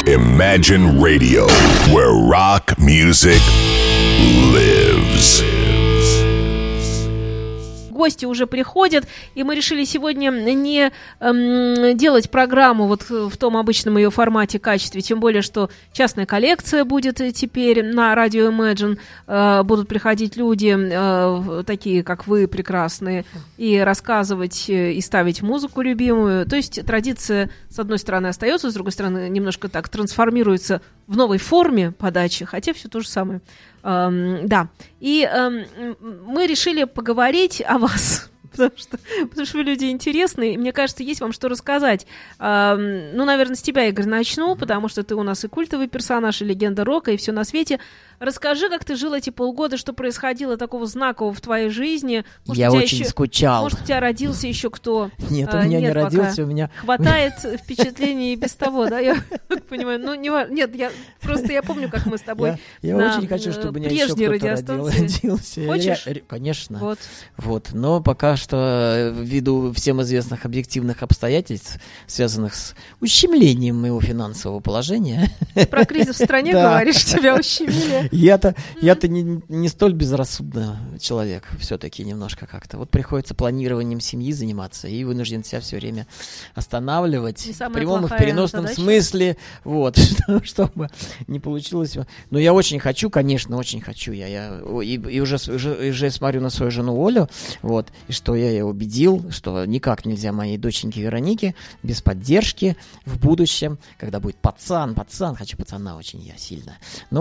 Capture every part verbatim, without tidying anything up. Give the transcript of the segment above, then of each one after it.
Imagine Radio, where rock music lives. Гости уже приходят, и мы решили сегодня не эм, делать программу вот в том обычном ее формате, качестве, тем более, что частная коллекция будет теперь на радио Imagine, э, будут приходить люди, э, такие, как вы, прекрасные, и рассказывать, э, и ставить музыку любимую. То есть традиция, с одной стороны, остается, с другой стороны, немножко так трансформируется в новой форме подачи, хотя все то же самое. Эм, да, и эм, мы решили поговорить о вас, потому что, потому что вы люди интересные, и мне кажется, есть вам что рассказать. Эм, ну, наверное, с тебя, Игорь, начну, потому что ты у нас и культовый персонаж, и легенда рока, и все на свете. Расскажи, как ты жил эти полгода, что происходило такого знакового в твоей жизни. Может, я очень еще, скучал. Может, у тебя родился еще кто? Нет, у меня а, нет, не родился, пока. у меня... Хватает впечатлений и без того, да? Я понимаю. Ну, не важно. Нет, я просто я помню, как мы с тобой Я, я на очень хочу, чтобы у меня еще прежней кто-то радиостанции. родился. Хочешь? Я, конечно. Вот. Вот. Но пока что, ввиду всем известных объективных обстоятельств, связанных с ущемлением моего финансового положения... Про кризис в стране говоришь, тебя ущемили. Я-то... Я-то не, не столь безрассудный человек, все-таки немножко как-то. Вот приходится планированием семьи заниматься и вынужден себя все время останавливать в прямом и в переносном задача. смысле, вот, чтобы не получилось. Но я очень хочу, конечно, очень хочу. Я, я и, и уже, уже, уже смотрю на свою жену Олю, вот, и что я ее убедил, что никак нельзя моей доченьке Веронике без поддержки в будущем, когда будет пацан, пацан, хочу пацана очень я сильно.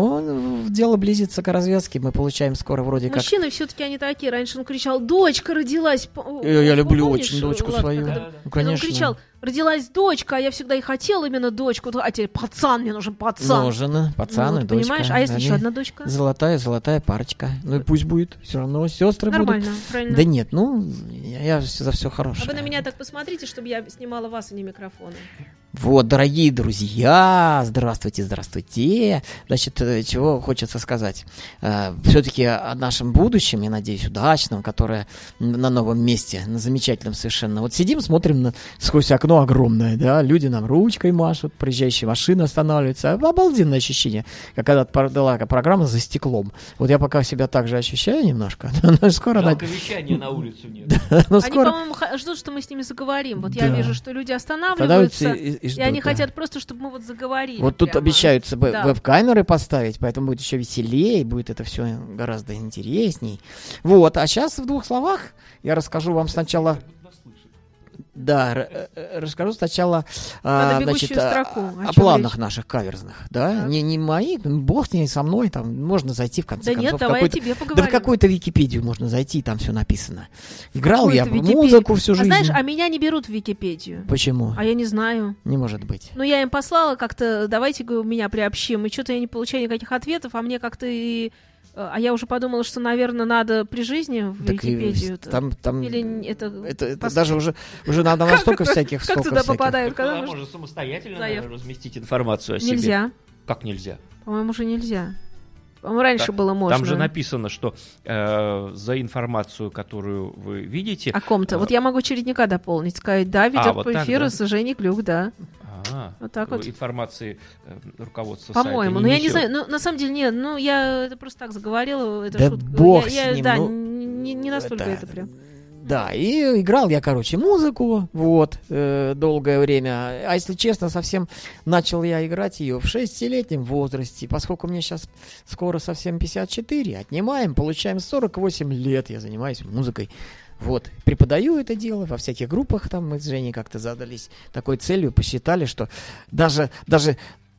Но дело близится к развязки, мы получаем скоро вроде как... Мужчины все-таки они такие. Раньше он кричал: дочка родилась. Я, я люблю Помнишь, очень дочку Влад, свою. когда... Ну, конечно. Он кричал: родилась дочка, а я всегда и хотел именно дочку. А теперь пацан, мне нужен пацан. Нужен, пацан ну, и вот, дочка. Понимаешь, а если Они... еще одна дочка? Золотая, золотая парочка. Ну и пусть будет, все равно сестры Нормально, будут. правильно. Да нет, ну, я, я за все хорошее. А вы на меня так посмотрите, чтобы я снимала вас, а не микрофоны. Вот, дорогие друзья, здравствуйте, здравствуйте. Значит, чего хочется сказать. Все-таки о нашем будущем, я надеюсь, удачном, которое на новом месте, на замечательном совершенно. Вот сидим, смотрим на, сквозь окно огромное, да, люди нам ручкой машут, проезжающие машины останавливаются. Обалденное ощущение, как когда была программа «За стеклом». Вот я пока себя так же ощущаю немножко. Но скоро... Жалко, вещания на улицу нет. Они, по-моему, ждут, что мы с ними заговорим. Вот я вижу, что люди останавливаются... И, и они да. хотят просто, чтобы мы вот заговорили. Вот тут прямо. обещаются да. веб-камеры поставить, поэтому будет еще веселее, будет это все гораздо интересней. Вот, а сейчас в двух словах я расскажу вам сначала... Да, расскажу сначала а, значит, строку, о, о планах речь? наших каверзных, да, не, не мои, бог с ней, со мной, там можно зайти в конце да концов. Нет, давай я тебе поговорим. Да в какую-то Википедию можно зайти, там все написано. Играл я в музыку всю жизнь. А знаешь, а меня не берут в Википедию. Почему? А я не знаю. Не может быть. Ну, я им послала как-то, давайте, говорю, меня приобщим, и что-то я не получаю никаких ответов, а мне как-то и... А я уже подумала, что, наверное, надо при жизни в так Википедию. Там, там, Или это, это, это даже уже, уже надо настолько всяких, как столько туда всяких. попадают? Когда можно самостоятельно наверное, разместить информацию о себе. Нельзя. Как нельзя? По-моему, уже нельзя. По-моему, раньше там, было можно. Там же написано, что э, за информацию, которую вы видите... О ком-то. Э, вот я могу чередника дополнить, сказать, да, ведет а, вот эфир так, да? с Женей Глюк, да. А, вот так вот. Информации э, руководства По-моему, сайта ну я несет. не знаю, ну на самом деле нет, ну я это просто так заговорила, это да шутка. Бог я, я, с ним, да, ну, не, не настолько это, это прям. Да, и играл я, короче, музыку, вот, э, долгое время. А если честно, совсем начал я играть ее в шестилетнем возрасте, поскольку мне сейчас скоро совсем пятьдесят четыре, отнимаем, получаем сорок восемь лет, я занимаюсь музыкой. Вот, преподаю это дело во всяких группах, там мы с Женей как-то задались такой целью, посчитали, что даже, даже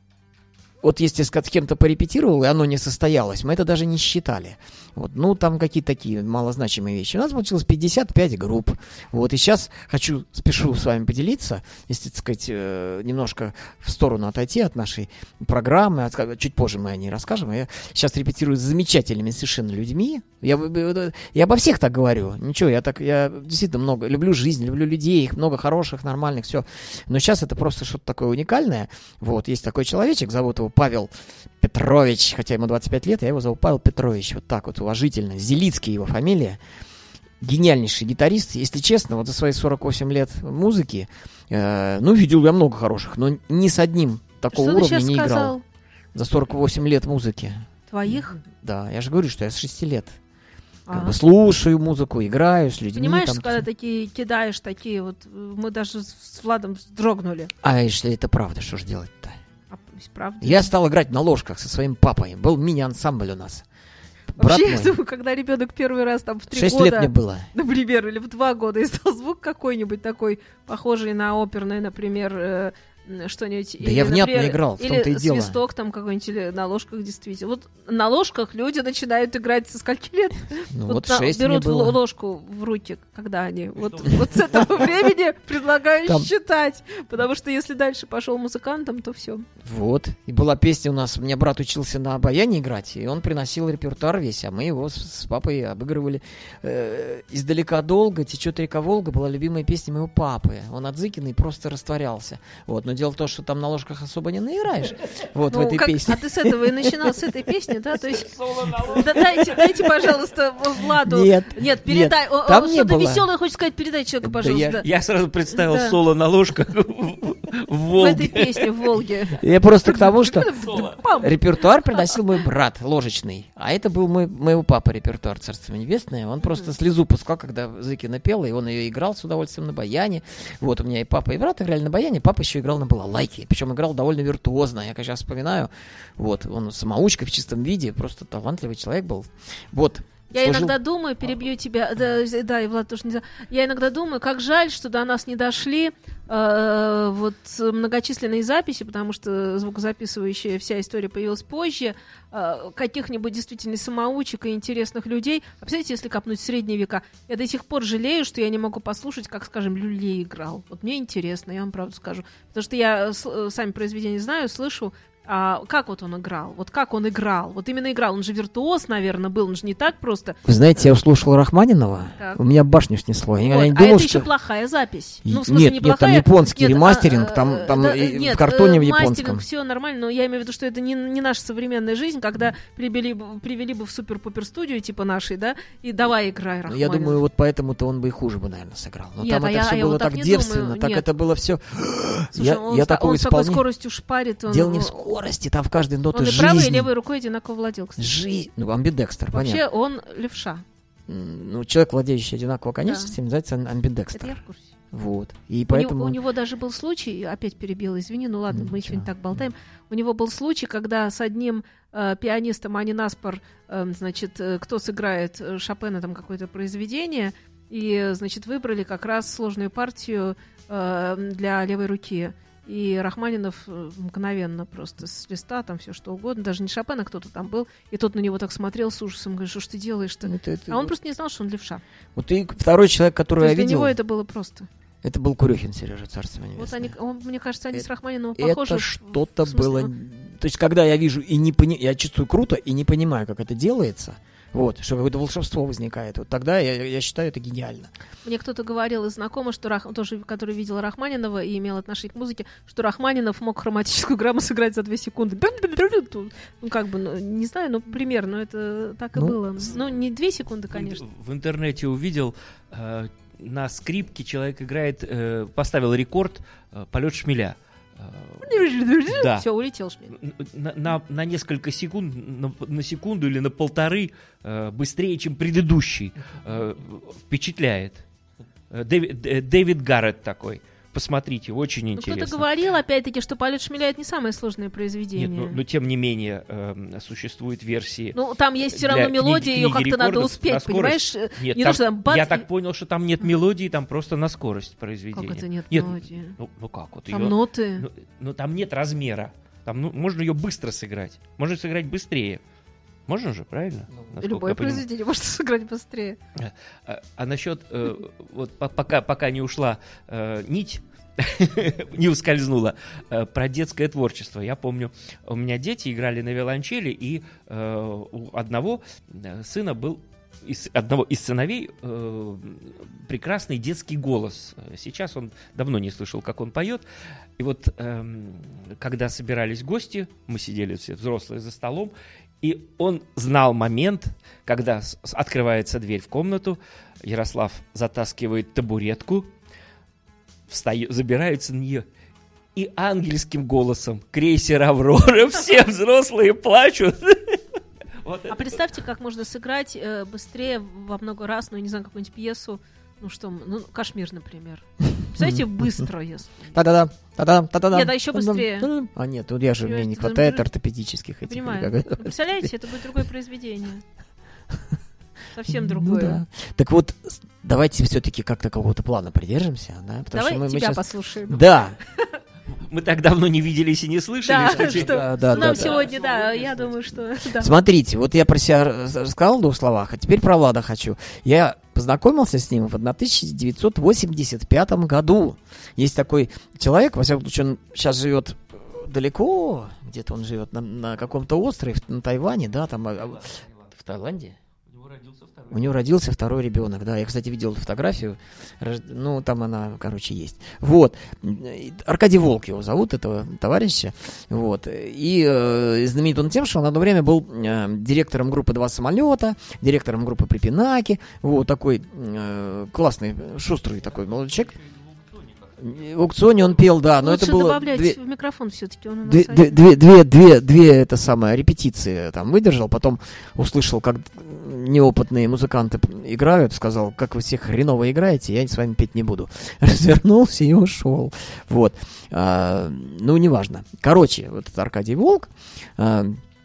вот если с кем-то порепетировал, и оно не состоялось, мы это даже не считали. Вот, ну, там какие-то такие малозначимые вещи. У нас получилось пятьдесят пять групп. Вот, и сейчас хочу, спешу с вами поделиться, если, так сказать, немножко в сторону отойти от нашей программы, чуть позже мы о ней расскажем. Я сейчас репетирую с замечательными совершенно людьми. Я, я обо всех так говорю. Ничего, я так, я действительно много, люблю жизнь, люблю людей, их много хороших, нормальных, все. Но сейчас это просто что-то такое уникальное. Вот, есть такой человечек, зовут его Павел Петрович, хотя ему двадцать пять лет, я его зову Павел Петрович, вот так вот уважительно. Зелицкий его фамилия. Гениальнейший гитарист. Если честно, вот за свои сорок восемь лет музыки, э, ну, видел я много хороших, но ни с одним такого Что уровня ты сейчас не сказал? играл. За сорок восемь лет музыки. Твоих? Да, я же говорю, что я с шести лет. Как Ага. бы слушаю музыку, играю с людьми. Понимаешь, там когда всё. такие кидаешь такие, вот э, мы даже с Владом вздрогнули. А если это правда, что же делать-то? А, пусть правда. Я стал играть на ложках со своим папой. Был мини-ансамбль у нас. Брат Вообще, я мой, думаю, когда ребенок первый раз там в три шесть года, лет мне было. например, или в два года издал звук какой-нибудь такой, похожий на оперный, например, э, м, что-нибудь. Да я внятно например, играл, в или том-то и дело. свисток там какой-нибудь, или на ложках действительно. Вот на ложках люди начинают играть со скольки лет? Ну Вот вот на- шесть мне берут в было. л- ложку в руки, когда они. Вот, вот с этого времени предлагаю Там- считать. Потому что если дальше пошел музыкантом, то все. Вот. И была песня у нас, у меня брат учился на баяне играть, и он приносил репертуар весь, а мы его с, с папой обыгрывали. Э, «Издалека долго, течет река Волга» была любимая песня моего папы. Он отзыканный просто растворялся. Вот. Но дело в том, что там на ложках особо не наиграешь. Вот в Ну, этой как- песне. А ты с этого и начинал, с этой песни, да? То есть, да, дайте, дайте, пожалуйста, Владу. Нет, Нет, передай. о- о, там не Что-то было. веселое хочешь сказать, передай человеку, Да пожалуйста. я- да. Я сразу представил Да. соло на ложках в В этой Волге. песне в Волге. Я просто к тому, что Пам. репертуар приносил мой брат, ложечный. А это был мой, моего папы репертуар, царство небесное. Он просто слезу пускал, когда Зыкина пела, и он ее играл с удовольствием на баяне. Вот у меня и папа, и брат играли на баяне, папа еще играл на балалайке. Причем играл довольно виртуозно. Я, как сейчас вспоминаю, вот, он самоучка в чистом виде, просто талантливый человек был. Вот. Я служил- иногда думаю, перебью тебя, да, да, и Влад тоже нельзя. Я иногда думаю, как жаль, что до нас не дошли э, вот многочисленные записи, потому что звукозаписывающая вся история появилась позже, э, каких-нибудь действительно самоучек и интересных людей. А представляете, если копнуть в средние века, я до сих пор жалею, что я не могу послушать, как, скажем, Люлей играл. Вот мне интересно, я вам правду скажу. Потому что я с- сами произведения знаю, слышу. А как вот он играл? Вот как он играл? Вот именно играл. Он же виртуоз, наверное, был. Он же не так просто. Вы знаете, я услышал Рахманинова, Так. у меня башню снесло. Я Вот. не А думал, это что... еще плохая запись. И- Ну, в смысле, нет, не нет, там плохая. японский Нет, ремастеринг, а, там, а, там да, и нет, в картоне в э, японском. мастеринг, все нормально, но я имею в виду, что это не, не наша современная жизнь, когда привели, бы- привели бы в супер-пупер студию типа нашей, да, и давай играй, Ну, Рахманинов. я думаю, вот поэтому-то он бы и хуже бы, наверное, сыграл. Но Нет, там а это я- все а я было вот так так не девственно, думаю, так нет. это было все. Слушай, я он, я с та- такого он с такой исполнения. скоростью шпарит. Он, Дело не в он- скорости, там в каждой ноте Он и жизнь. правой, и левой рукой одинаково владел, кстати. Жизнь. Ну, амбидекстер, Вообще понятно. он левша. М, Ну, человек, владеющий одинаково конечностями, называется ам- Это я амбидекстер. в курсе. Вот. И У него, поэтому... у него даже был случай, опять перебила, извини, ну ладно, Ну, мы ничего. сегодня так болтаем. У него был случай, когда с одним э, пианистом Ани Наспор, э, значит, э, кто сыграет э, Шопена там какое-то произведение, и, э, значит, выбрали как раз сложную партию э, для левой руки. И Рахманинов э, мгновенно просто с листа, там все что угодно, даже не Шопена, кто-то там был, и тот на него так смотрел с ужасом, говорит, что ж ты делаешь-то? Это- это- А он просто не знал, что он левша. Вот и второй человек, То которого я есть для видел, него это было просто. это был Курехин Сережа, царство небесное. Вот они, он, мне кажется, они с Это- Рахманиновым похожи. Это в- что-то в смысле, было... вот То есть, когда я вижу и не пони... я чувствую круто и не понимаю, как это делается, вот, что какое-то волшебство возникает, вот тогда я, я считаю это гениально. Мне кто-то говорил из знакомых, что Рах... тоже, который видел Рахманинова и имел отношение к музыке, что Рахманинов мог хроматическую грамму сыграть за две секунды. Ну, как бы, ну, не знаю, ну, примерно, это так и Ну, было. Ну, не две секунды, конечно. В интернете увидел, э, на скрипке человек играет, э, поставил рекорд э, полет шмеля. Э, Да. Все, улетел шмель. На, на- на несколько секунд, на, на секунду или на полторы э, быстрее, чем предыдущий. Э, впечатляет. Э, Дэви- Д- Дэвид Гарретт такой. Посмотрите, очень Ну, интересно. кто-то говорил, опять-таки, что «Полет шмеля» — это не самое сложное произведение. Нет, но, но тем не менее э, существуют версии. Ну, там есть все для равно книги- мелодия, ее книги как-то надо рекордов успеть, на скорость. понимаешь? Нет, не там- то, что там бац, я и- так понял, что там нет мелодии, там просто на скорость произведения. Как это нет, Нет, мелодии? Ну, ну как вот Там ее- ноты. Ну, ну, там нет размера. Там ну, можно ее быстро сыграть. Можно сыграть быстрее. Можно же, правильно? Насколько Любое я понимаю. произведение может сыграть быстрее. А, а насчет, э, вот по- пока, пока не ушла э, нить, не ускользнула, э, про детское творчество. Я помню, у меня дети играли на виолончели, и э, у одного э, сына был, из одного из сыновей э, прекрасный детский голос. Сейчас он давно не слышал, как он поет. И вот эм, когда собирались гости, мы сидели все взрослые за столом, и он знал момент, когда с- с- открывается дверь в комнату, Ярослав затаскивает табуретку, встает, забирается на нее и ангельским голосом крейсер «Аврора». Все взрослые плачут. Вот а представьте, как можно сыграть э, быстрее во много раз, ну, я не знаю, какую-нибудь пьесу, ну что, ну, «Кашмир», например. Представляете, быстро, если... Та-да-да, та-да, та-да-да. Нет, а еще быстрее. А нет, тут я же, мне не хватает ортопедических этих. Понимаю. Представляете, это будет другое произведение. Совсем Ну другое. да. Так вот, давайте все-таки как-то какого-то плана придержимся, да? Потому Давай что мы, мы тебя сейчас... послушаем. Да. Мы так давно не виделись и не слышали. Да, что что Да, да, нам да, сегодня, да, я думаю, что... да. Смотрите, вот я про себя рассказал в двух словах, а теперь про Влада хочу. Я познакомился с ним в тысяча девятьсот восемьдесят пятом году. Есть такой человек, во всяком случае, он сейчас живет далеко, где-то он живет на, на каком-то острове, на Тайване, да, там... а, в Таиланде? У него родился второй ребенок, да. Я, кстати, видел эту фотографию. Рож- Ну, там она, короче, есть. Вот. Аркадий Волк его зовут, этого товарища. Вот. И э, знаменит он тем, что он одно время был э, директором группы «Два самолета», директором группы «Припинаки». Вот такой э, классный, шустрый такой молодой человек. В аукционе он пел, да, но Лучше это было... добавлять две- в микрофон все-таки. Он у нас Две, один. две, две, две, две, две, это самое, репетиции там выдержал, потом услышал, как неопытные музыканты играют, сказал, как вы все хреново играете, я с вами петь не буду. Развернулся и ушел. Вот. А, ну, неважно. Короче, вот этот Аркадий Волк, а,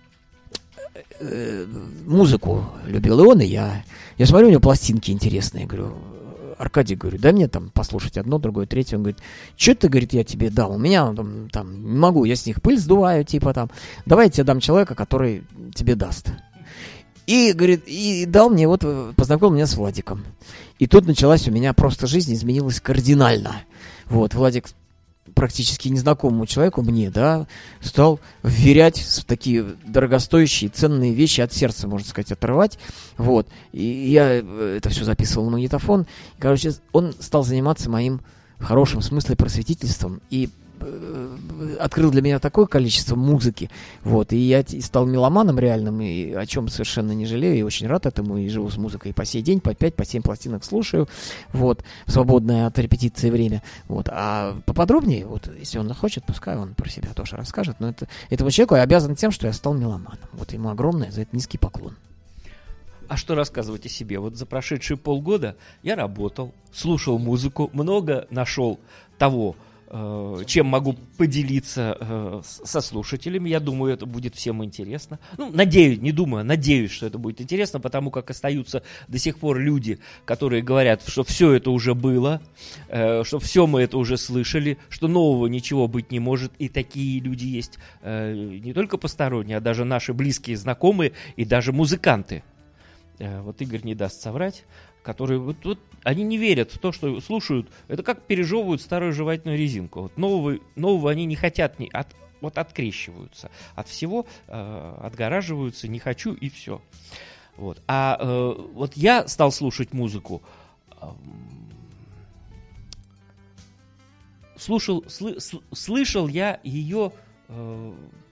э, музыку любил и он, и я. Я смотрю, у него пластинки интересные, говорю, Аркадий, говорю, дай мне там послушать одно, другое, третье. Он говорит, что ты, говорит, я тебе дам? У меня там, там не могу, я с них пыль сдуваю, типа там. Давай я тебе дам человека, который тебе даст. И, говорит, и дал мне, вот, познакомил меня с Владиком. И тут началась у меня просто жизнь, изменилась кардинально. Вот, Владик практически незнакомому человеку, мне, да, стал вверять такие дорогостоящие, ценные вещи от сердца, можно сказать, отрывать. Вот. И я это все записывал на магнитофон. Короче, он стал заниматься моим в хорошем смысле просветительством и открыл для меня такое количество музыки, вот, и я стал меломаном реальным, и о чем совершенно не жалею, и очень рад этому, и живу с музыкой и по сей день, по пять, по семь пластинок слушаю, вот, в свободное от репетиции время, вот, а поподробнее, вот, если он захочет, пускай он про себя тоже расскажет, но это, этому человеку я обязан тем, что я стал меломаном, вот, ему огромное за это низкий поклон. А что рассказывать о себе? Вот за прошедшие полгода я работал, слушал музыку, много нашел того, чем могу поделиться э, со слушателями. Я думаю, это будет всем интересно. Ну, надеюсь, не думаю, надеюсь, что это будет интересно, потому как остаются до сих пор люди, которые говорят, что все это уже было, э, что все мы это уже слышали, что нового ничего быть не может. И такие люди есть э, не только посторонние, а даже наши близкие знакомые и даже музыканты. Э, вот Игорь не даст соврать, которые вот, вот они не верят в то, что слушают. Это как пережевывают старую жевательную резинку. Вот нового, нового они не хотят, не, от, вот открещиваются от всего, э, отгораживаются, не хочу и все. Вот. А э, вот я стал слушать музыку. Э, слушал, сл, сл, слышал я ее э,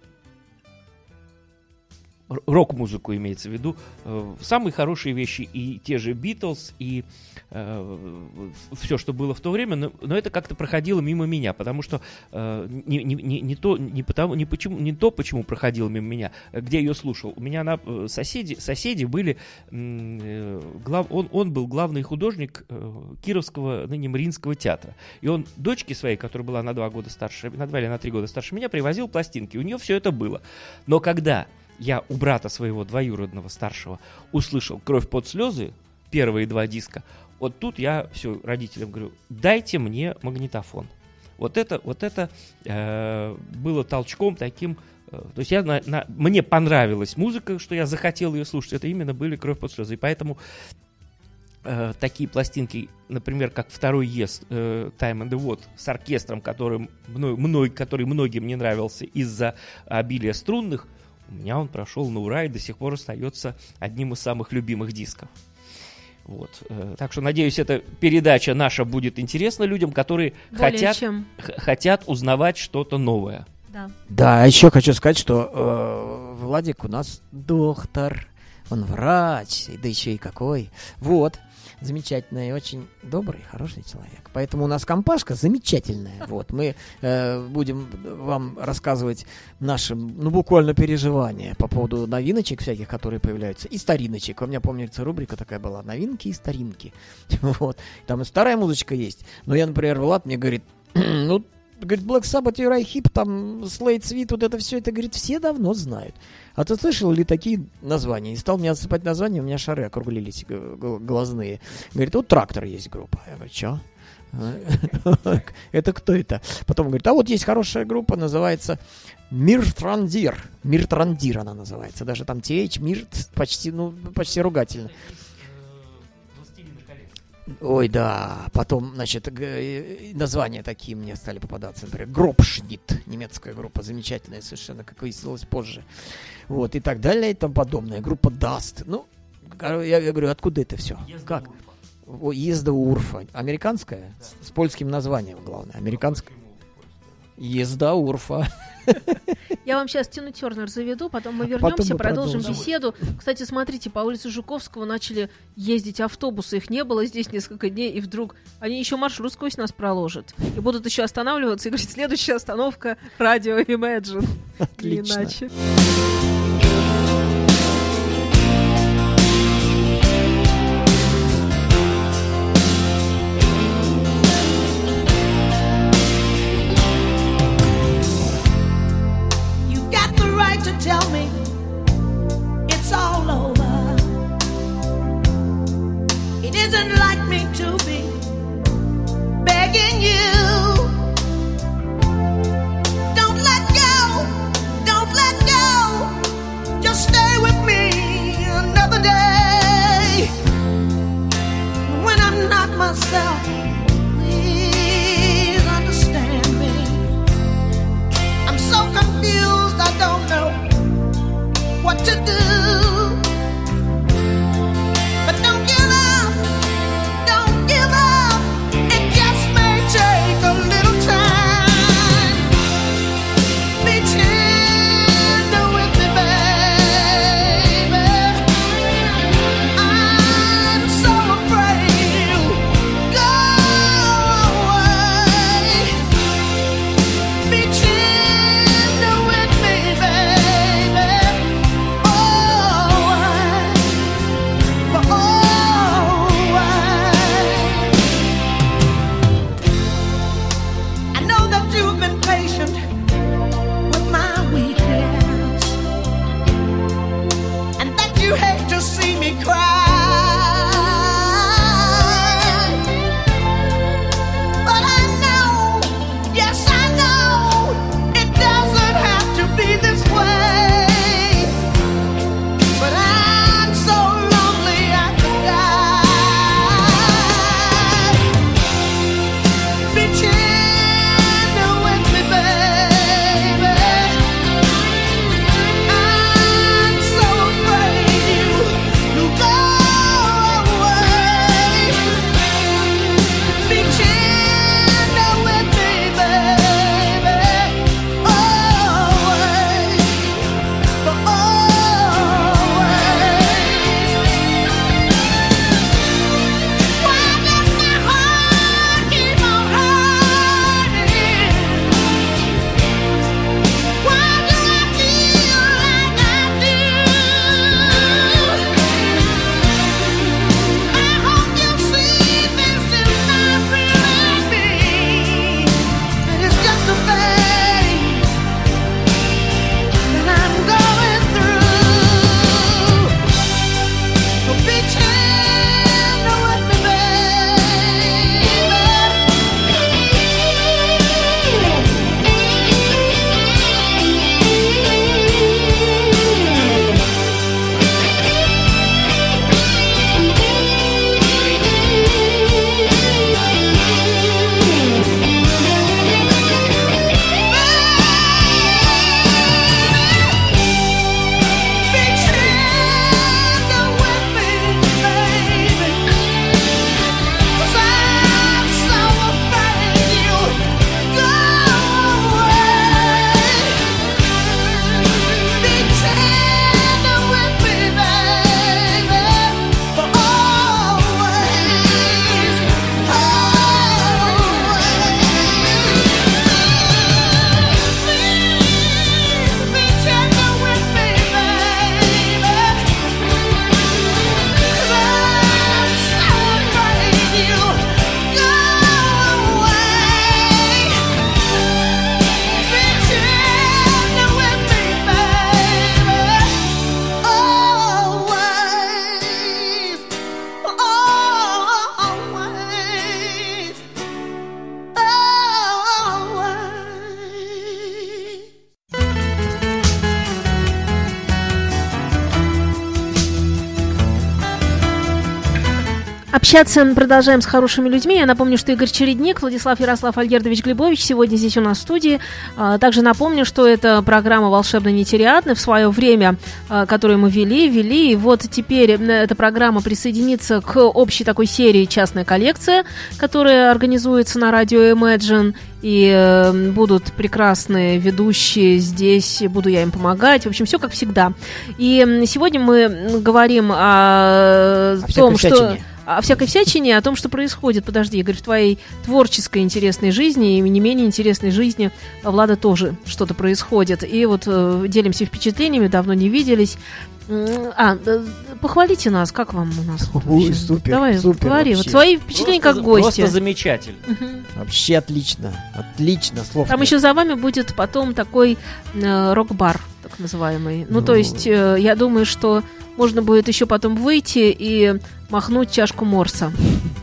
рок-музыку имеется в виду, э, самые хорошие вещи, и те же Битлз, и э, все, что было в то время, но, но это как-то проходило мимо меня, потому что э, не, не, не, не, то, не, потому, не, почему, не то, почему проходило мимо меня, где я ее слушал. У меня на, э, соседи, соседи были, э, глав, он, он был главный художник э, Кировского, ныне Мариинского театра, и он дочке своей, которая была на два года старше, на два или на три года старше меня, привозил пластинки, у нее все это было. Но когда я у брата своего двоюродного старшего услышал «Кровь, пот, слезы», первые два диска, вот тут я все родителям говорю, дайте мне магнитофон. Вот это, вот это э, было толчком таким, э, то есть я на, на, мне понравилась музыка, что я захотел ее слушать, это именно были «Кровь, пот, слезы», и поэтому э, такие пластинки, например, как «Второй ЕС», э, «Time and the Watt» с оркестром, который, мной, мной, который многим не нравился из-за обилия струнных, у меня он прошел на ура и до сих пор остается одним из самых любимых дисков. Вот. Так что, надеюсь, эта передача наша будет интересна людям, которые хотят, х- хотят узнавать что-то новое. Да. Да, а еще хочу сказать, что э, Владик у нас доктор, он врач, да еще и какой. Вот. замечательный и очень добрый, хороший человек. Поэтому у нас компашка замечательная. Вот, мы э, будем вам рассказывать наши, ну, буквально переживания по поводу новиночек всяких, которые появляются, и стариночек. У меня, помнится, рубрика такая была: новинки и старинки. Вот. Там и старая музычка есть. Но я, например, Влад мне говорит, ну, говорит, Black Sabbath, Uriah Heep, там, Slade Sweet, вот это все, это, говорит, все давно знают. А ты слышал ли такие названия? И стал мне отсыпать названия, у меня шары округлились глазные. Говорит, вот Трактор есть группа. Я говорю, что? Это кто это? Потом говорит, а вот есть хорошая группа, называется Миртрандир. Миртрандир она называется. Даже там ти эйч, Мир, почти, ну, почти ругательно. Ой, да. Потом, значит, названия такие мне стали попадаться. Например, Гробшнит, немецкая группа, замечательная совершенно, как выяснилось позже. Вот, и так далее, и тому подобное. Группа Dust. Ну, я, я говорю, откуда это все? Езда как? Урфа. Езда Урфа. Американская? Да. С, с польским названием, главное. Американская. Езда Урфа. Я вам сейчас Тину Тернер заведу, потом мы вернемся, потом мы продолжим, продолжим беседу. Кстати, смотрите, по улице Жуковского начали ездить автобусы, их не было здесь несколько дней, и вдруг они еще маршрут сквозь нас проложат. И будут еще останавливаться и говорить, следующая остановка — радио Imagine. Отлично. Иначе. Tell me it's all over. It isn't like me to be begging you. Don't let go, don't let go. Just stay with me another day. When I'm not myself, please understand me. I'm so confused, I don't know what to do. But don't give up, don't give up. It just may change. Общаться продолжаем с хорошими людьми. Я напомню, что Игорь Чередник, Владислав Ярослав Альгердович Глебович сегодня здесь у нас в студии. Также напомню, что это программа «Волшебно нетериадны». В свое время, которую мы вели, вели. И вот теперь эта программа присоединится к общей такой серии «Частная коллекция», которая организуется на радио Imagine. И будут прекрасные ведущие здесь, буду я им помогать. В общем, все как всегда. И сегодня мы говорим о, о том, что... Всячине. О всякой всячине, о том, что происходит. Подожди, Игорь, в твоей творческой интересной жизни и не менее интересной жизни Влада тоже что-то происходит. И вот э, делимся впечатлениями, давно не виделись. А, э, похвалите нас, как вам у нас? Ой, супер, Давай, супер, говори, вот свои впечатления просто, как гости. Просто замечательно. Угу. Вообще отлично, отлично, слов Там нет. еще за вами будет потом такой э, рок-бар, так называемый. Ну, Ну. то есть, э, я думаю, что можно будет еще потом выйти и махнуть чашку морса.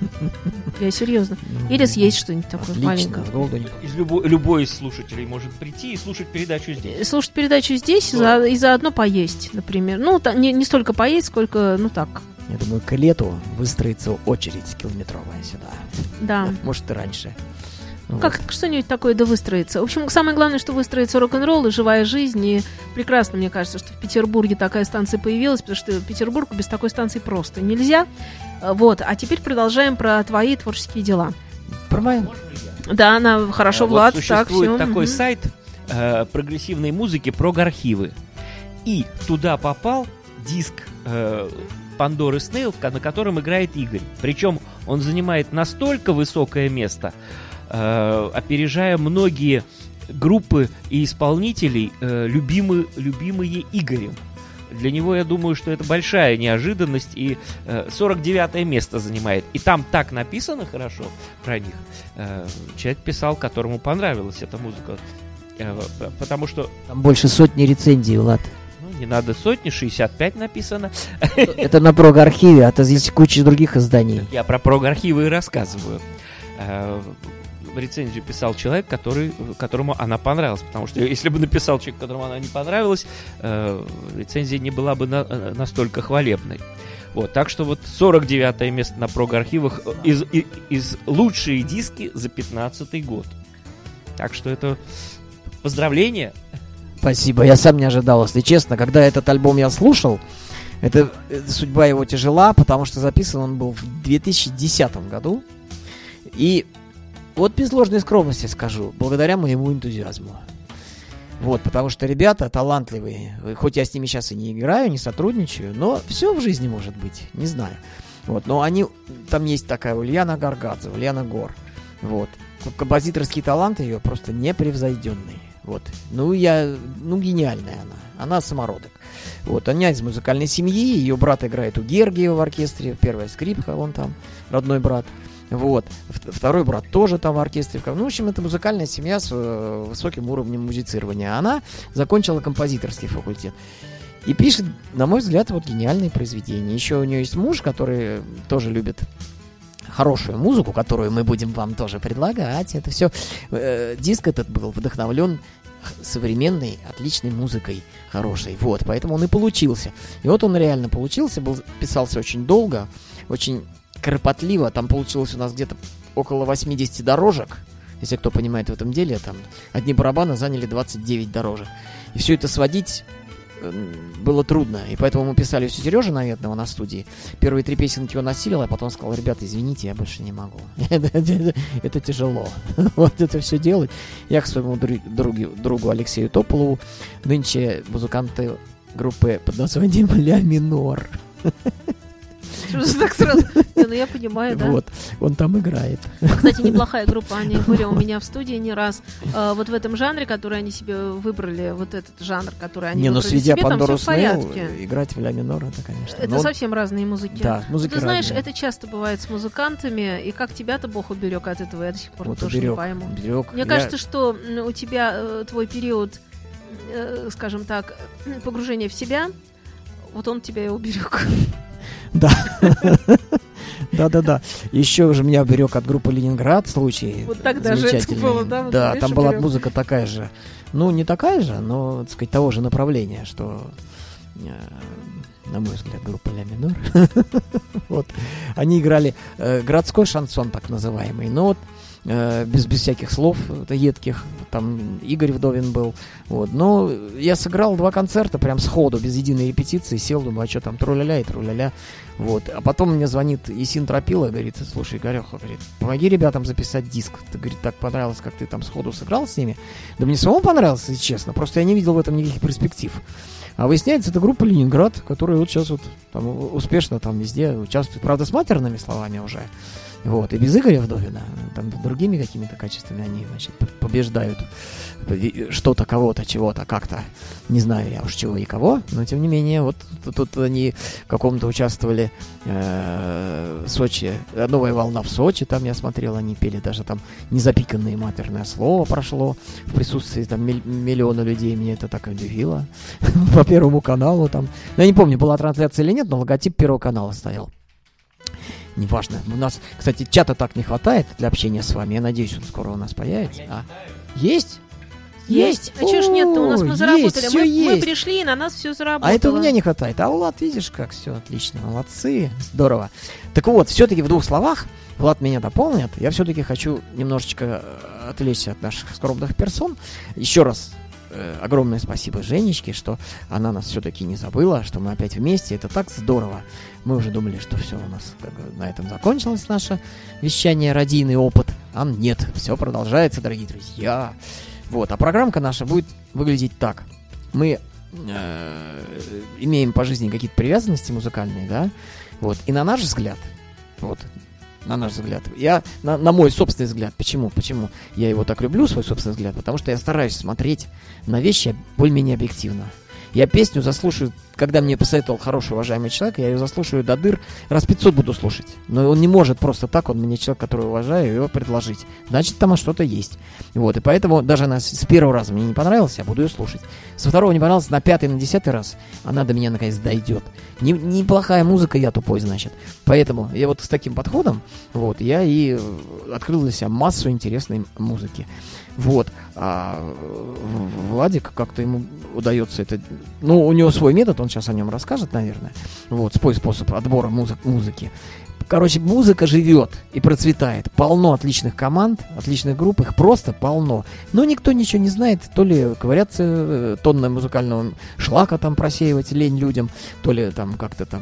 Я серьезно. Или съесть что-нибудь такое Отлично, маленькое. с голоду не- Из любо- любой из слушателей может прийти и слушать передачу здесь. Слушать передачу здесь за- и заодно поесть, например. Ну, та- не, не столько поесть, сколько, ну так, Я думаю, к лету выстроится очередь километровая сюда. да. Может, и раньше. Вот. Как что-нибудь такое да выстроится. В общем, самое главное, что выстроится рок-н-ролл и живая жизнь. И прекрасно, мне кажется, что в Петербурге такая станция появилась, потому что Петербургу без такой станции просто нельзя. Вот. А теперь продолжаем про твои творческие дела. Про мою. Да, она хорошо, А вот Влад. Так, существует все. такой сайт э, прогрессивной музыки «Прог-архивы». И туда попал диск э, Пандоры Снейл, на котором играет Игорь. Причем он занимает настолько высокое место, э, опережая многие группы и исполнителей, э, любимые, любимые Игорем. Для него, я думаю, что это большая неожиданность, и э, сорок девятое место занимает. И там так написано хорошо про них. Э, человек писал, которому понравилась эта музыка. Э, потому что, Там больше сотни рецензий, Влад. ну, не надо сотни, шестьдесят пять написано. Это на прог-архиве, а то здесь куча других изданий. Я про прог-архивы и рассказываю. Э, Рецензию писал человек, который, которому она понравилась. Потому что если бы написал человек, которому она не понравилась, э, рецензия не была бы на, настолько хвалебной. Вот, так что вот сорок девятое место на прог-архивах из, из, из лучшие диски за пятнадцатый год. Так что это поздравления. Спасибо, я сам не ожидал, если честно. Когда этот альбом я слушал, это, это судьба его тяжела, потому что записан он был в две тысячи десятом году. И вот без ложной скромности скажу, благодаря моему энтузиазму. Вот, потому что ребята талантливые, хоть я с ними сейчас и не играю, не сотрудничаю, но все в жизни может быть, не знаю. Вот, но они, там есть такая Ульяна Гаргадзе, Ульяна Гор. Вот, композиторский талант ее просто непревзойденный. Вот, ну я, ну гениальная она, она самородок. Вот, она из музыкальной семьи, ее брат играет у Гергиева в оркестре, первая скрипка, он там, родной брат. Вот. Второй брат тоже там в оркестре. Ну, в общем, это музыкальная семья с э, высоким уровнем музицирования. Она закончила композиторский факультет. И пишет, на мой взгляд, вот гениальные произведения. Еще у нее есть муж, который тоже любит хорошую музыку, которую мы будем вам тоже предлагать. Это все. Э, диск этот был вдохновлен современной, отличной музыкой, хорошей. Вот, поэтому он и получился. И вот он реально получился, был, писался очень долго, очень кропотливо. Там получилось у нас где-то около восемьдесят дорожек. Если кто понимает в этом деле, там одни барабаны заняли двадцать девять дорожек. И все это сводить э, было трудно. И поэтому мы писали все Сережи Наветного на студии. Первые три песенки он осилил, а потом сказал: ребята, извините, я больше не могу. Это тяжело. Вот это все делать. Я к своему другу Алексею Тополову, нынче музыканты группы под названием «Ля минор». Что же так сразу? Не, ну я понимаю, да. Вот, он там играет. Кстати, неплохая группа, они были у меня в студии не раз. А, вот в этом жанре, который они себе выбрали, вот этот жанр, который они не, ну выбрали сведя себе, там Пандору все в порядке. Снейл, играть в ля минор, это, конечно. Это но... совсем разные музыки. Да, музыки Ты знаешь, разные. это часто бывает с музыкантами, и как тебя-то Бог уберег от этого, я до сих пор Вот тоже уберег, не пойму. уберег. Мне Я- кажется, что м, у тебя э, твой период, э, скажем так, погружения в себя, вот он тебя и уберег. Да. Да-да-да. Еще же меня уберег от группы «Ленинград» случай. Вот тогда же это замечательный. было, да? Вот Да, видишь, там была уберег. музыка такая же. Ну, не такая же, но, так сказать, того же направления, что на мой взгляд, группа Ля Минор. Вот. Они играли э, городской шансон, так называемый, но вот э, без, без всяких слов едких. Там Игорь Вдовин был. Вот. Но я сыграл два концерта прям сходу, без единой репетиции. Сел, думаю, а что там, тру-ля-ля и тру-ля-ля. Вот. А потом мне звонит Исин Тропила, говорит, слушай, Игореха, говорит, помоги ребятам записать диск. Ты, говорит, так понравилось, как ты там сходу сыграл с ними. Да мне самому понравилось, если честно. Просто я не видел в этом никаких перспектив. А выясняется, это группа «Ленинград», которая вот сейчас вот там успешно там везде участвует. Правда, с матерными словами уже. Вот. И без Игоря Вдовина. Там другими какими-то качествами они, значит, побеждают что-то, кого-то, чего-то, как-то. Не знаю я уж чего и кого. Но, тем не менее, вот тут, тут они в каком-то участвовали э, в Сочи. «Новая волна» в Сочи. Там я смотрел, они пели даже там «Незапиканное матерное слово» прошло в присутствии там миллиона людей. Меня это так удивило. По Первому каналу там. Я не помню, была трансляция или нет, но логотип Первого канала стоял. Неважно. У нас, кстати, чата так не хватает для общения с вами. Я надеюсь, он скоро у нас появится. А? Есть? Есть. А чего ж нет-то? У нас мы заработали. Есть, мы, есть. мы пришли, и на нас все заработало. А это у меня не хватает. А Влад, видишь, как все отлично. Молодцы. Здорово. Так вот, все-таки в двух словах, Влад меня дополнит. Я все-таки хочу немножечко отвлечься от наших скромных персон. Еще раз огромное спасибо Женечке, что она нас все-таки не забыла, что мы опять вместе. Это так здорово. Мы уже думали, что все у нас как бы на этом закончилось наше вещание, радийный опыт. А нет, все продолжается, дорогие друзья. Вот, а программка наша будет выглядеть так. Мы э, имеем по жизни какие-то привязанности музыкальные, да? Вот, и на наш взгляд, вот, на наш взгляд. Я, на, на мой собственный взгляд. Почему? Почему я его так люблю, свой собственный взгляд? Потому что я стараюсь смотреть на вещи более-менее объективно. Я песню заслушаю, когда мне посоветовал хороший, уважаемый человек, я ее заслушаю до дыр, раз пятьсот буду слушать. Но он не может просто так, он мне человек, которого уважаю, его предложить. Значит, там что-то есть. Вот, и поэтому даже она с первого раза мне не понравилась, я буду ее слушать. Со второго не понравилась, на пятый, на десятый раз она до меня наконец дойдет. Не, неплохая музыка, я тупой, значит. Поэтому я вот с таким подходом, вот, я и открыл для себя массу интересной музыки. Вот. А Владик, как-то ему удается это... Ну, у него свой метод, он сейчас о нем расскажет, наверное. Вот, свой способ отбора музы- музыки. Короче, музыка живет и процветает. Полно отличных команд, отличных групп, их просто полно. Но никто ничего не знает, то ли ковыряться, тонны музыкального шлака там просеивать, лень людям, то ли там как-то там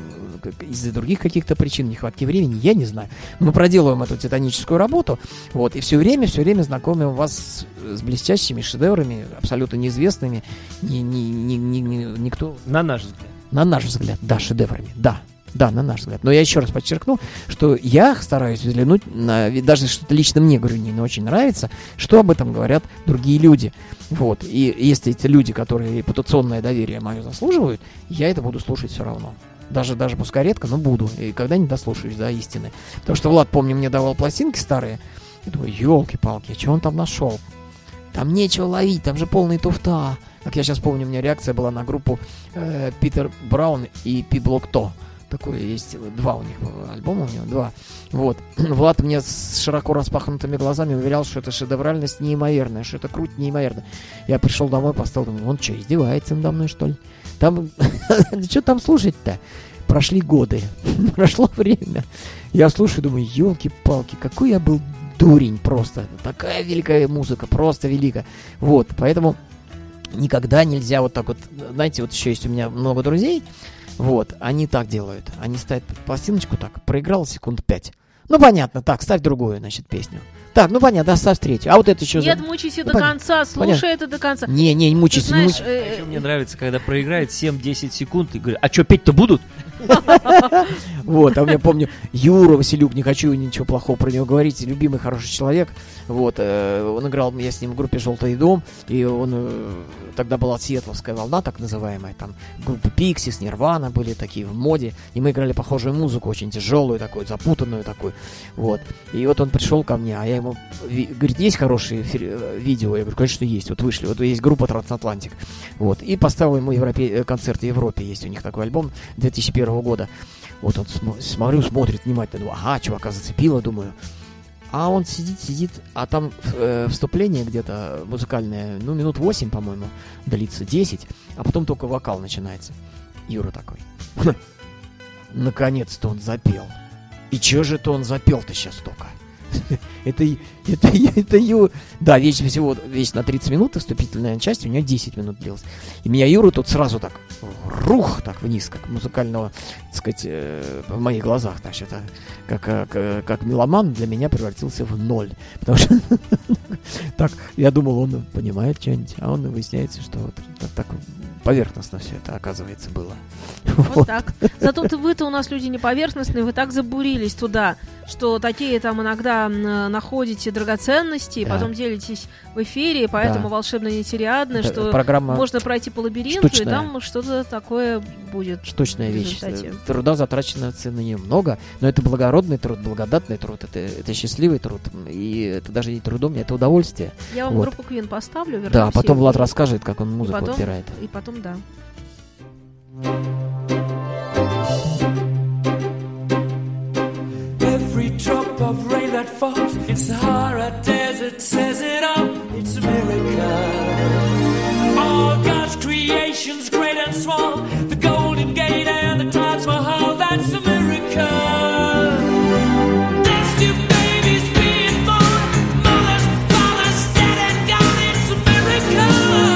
из-за других каких-то причин, нехватки времени, я не знаю. Мы проделываем эту титаническую работу, вот, и все время, все время знакомим вас с, с блестящими шедеврами, абсолютно неизвестными, ни, ни, ни, ни, ни, никто... На наш взгляд. На наш взгляд, да, шедеврами, да. Да, на наш взгляд. Но я еще раз подчеркну, что я стараюсь взглянуть на... Даже что-то лично мне, говорю, не очень нравится, что об этом говорят другие люди. Вот. И если эти люди, которые репутационное доверие мое заслуживают, я это буду слушать все равно. Даже, даже пускай редко, но буду. И когда-нибудь дослушаюсь до истины. Потому что Влад, помню, мне давал пластинки старые. Я думаю, елки-палки, а что он там нашел? Там нечего ловить, там же полная туфта. Как я сейчас помню, у меня реакция была на группу э, Питер Браун и Пи Блок То. Такое есть, два у них альбома, у него два. Вот. Влад мне с широко распахнутыми глазами уверял, что это шедевральность неимоверная, что это круть неимоверно. Я пришел домой, поставил, думаю, он что, издевается надо мной, что ли? Там, что там слушать-то? Прошли годы, прошло время. Я слушаю, думаю, елки-палки, какой я был дурень просто. Такая великая музыка, просто великая. Вот, поэтому никогда нельзя вот так вот, знаете, вот еще есть у меня много друзей. Вот, они так делают. Они ставят пластиночку так, проиграл секунд пять. Ну, понятно, так, ставь другую, значит, песню. Так, ну, понятно, да, ставь третью. А вот это еще... Нет, за... мучайся ну, до понятно. конца, слушай понятно. Это до конца. Не, не, не мучайся, знаешь, не мучайся. э... Еще мне нравится, когда проиграет семь-десять секунд и говорит, а что, петь-то будут? Вот, а у меня, помню, Юра Василюк, не хочу ничего плохого про него говорить, любимый, хороший человек. Вот, он играл, я с ним в группе «Желтый дом», и он, тогда была сиэтловская волна, так называемая, там группы Pixies, Nirvana были такие в моде, и мы играли похожую музыку, очень тяжелую такую, запутанную такую, вот. И вот он пришел ко мне, а я ему, говорит, есть хорошие видео? Я говорю, конечно, есть, вот вышли, вот есть группа «Трансатлантик», вот, и поставил ему Европе... концерт в Европе, есть у них такой альбом две тысячи первого года. Вот он, см- смотрю, смотрит внимательно, думаю, ага, чувака зацепило, думаю. А он сидит, сидит, а там э, вступление где-то музыкальное, ну, минут восемь, по-моему, длится, десять, а потом только вокал начинается. Юра такой. Наконец-то он запел. И чё же это он запел-то сейчас только? Это, это, это Юра. Да, вещь всего вещь на тридцать минут, вступительная часть, у нее десять минут длилась. И меня Юра тут сразу так рух, так вниз, как музыкального, так сказать, э, в моих глазах. Значит, это, как, как, как меломан для меня превратился в ноль. Потому что так, я думал, он понимает что-нибудь, а он выясняется, что вот так поверхностно все это, оказывается, было. Вот, вот так. Зато вы-то у нас люди не поверхностные, вы так забурились туда, что такие там иногда находите драгоценности, да. Потом делитесь в эфире, поэтому да. волшебно нетериадно, что программа можно пройти по лабиринту, штучная. И там что-то такое будет. Штучная вещь. Труда затрачено на нее много, но это благородный труд, благодатный труд, это, это счастливый труд, и это даже не трудом, это удовольствие. Я вам вот. группу Queen поставлю, вернемся. Да, потом Влад расскажет, как он музыку и потом, отбирает. И потом, да. Every drop of rain that falls in Sahara Desert says it all. It's a miracle. All God's creations, great and small, the Golden Gate and the Taj Mahal, that's a miracle. That's two babies being born, mothers, fathers, dead and gone. It's a miracle.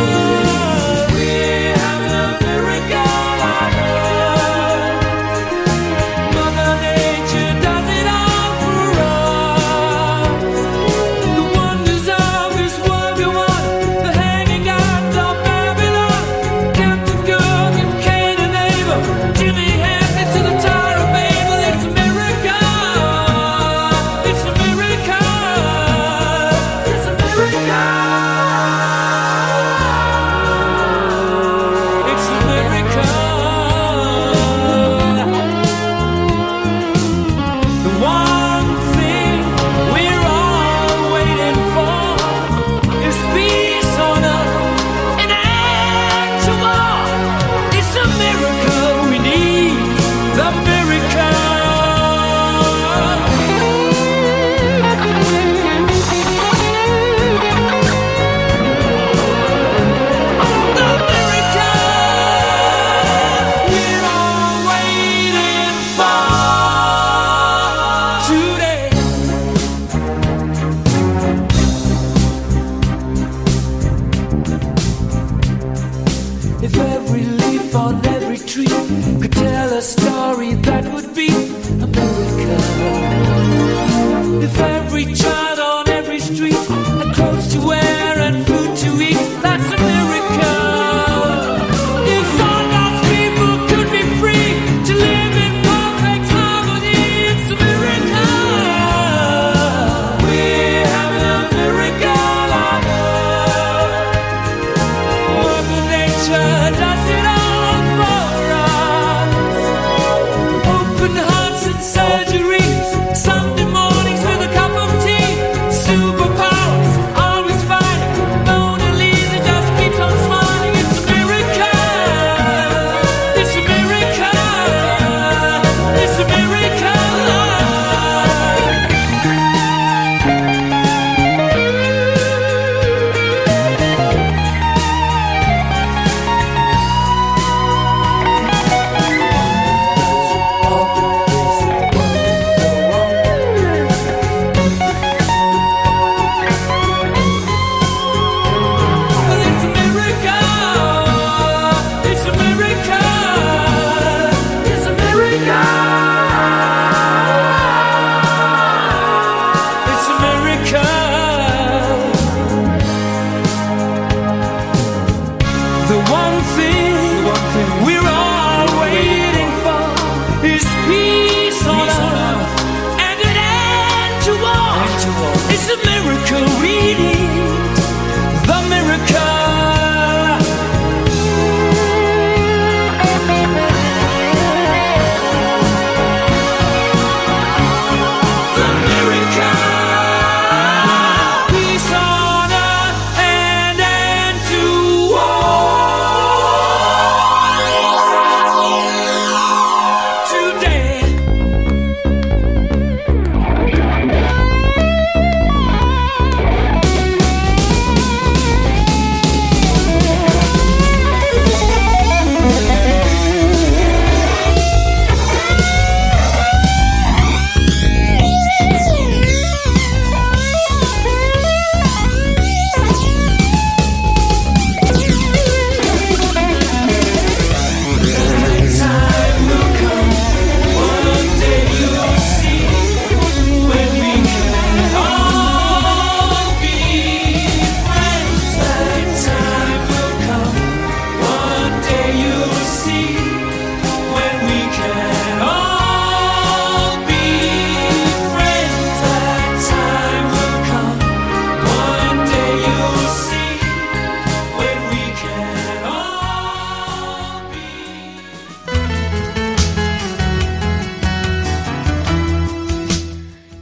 We're having a miracle on earth. Mother Nature does it all for us. The wonders of this world go on. The hanging gods of Babylon, Captain Cook and Cain and Abel, Jimmy Henry to the Tower of Babel. It's a miracle. It's a miracle. It's a miracle. It's a miracle. The one thing we're all waiting for is peace on earth and an end to war. It's a miracle we need, the miracle. The miracle we're all waiting for today. If every leaf on every tree could tell a story, that would be a miracle. If every child on every street had clothes to wear and food to eat, that's a miracle. If all God's people could be free to live in perfect harmony, it's a miracle. We're having a miracle on earth. Mother Nature does it all for us. Open hearts and surgeries, Sunday mornings with a cup of tea. Superpowers, always fine. Mona Lisa just keeps on smiling. It's a miracle. It's a miracle. It's a miracle. Well, it's a miracle. It's a miracle. It's a miracle. It's a miracle. The one thing, we're all waiting for is peace on earth and an end to war. It's a miracle we need, the miracle. The miracle. Peace on earth and end to war.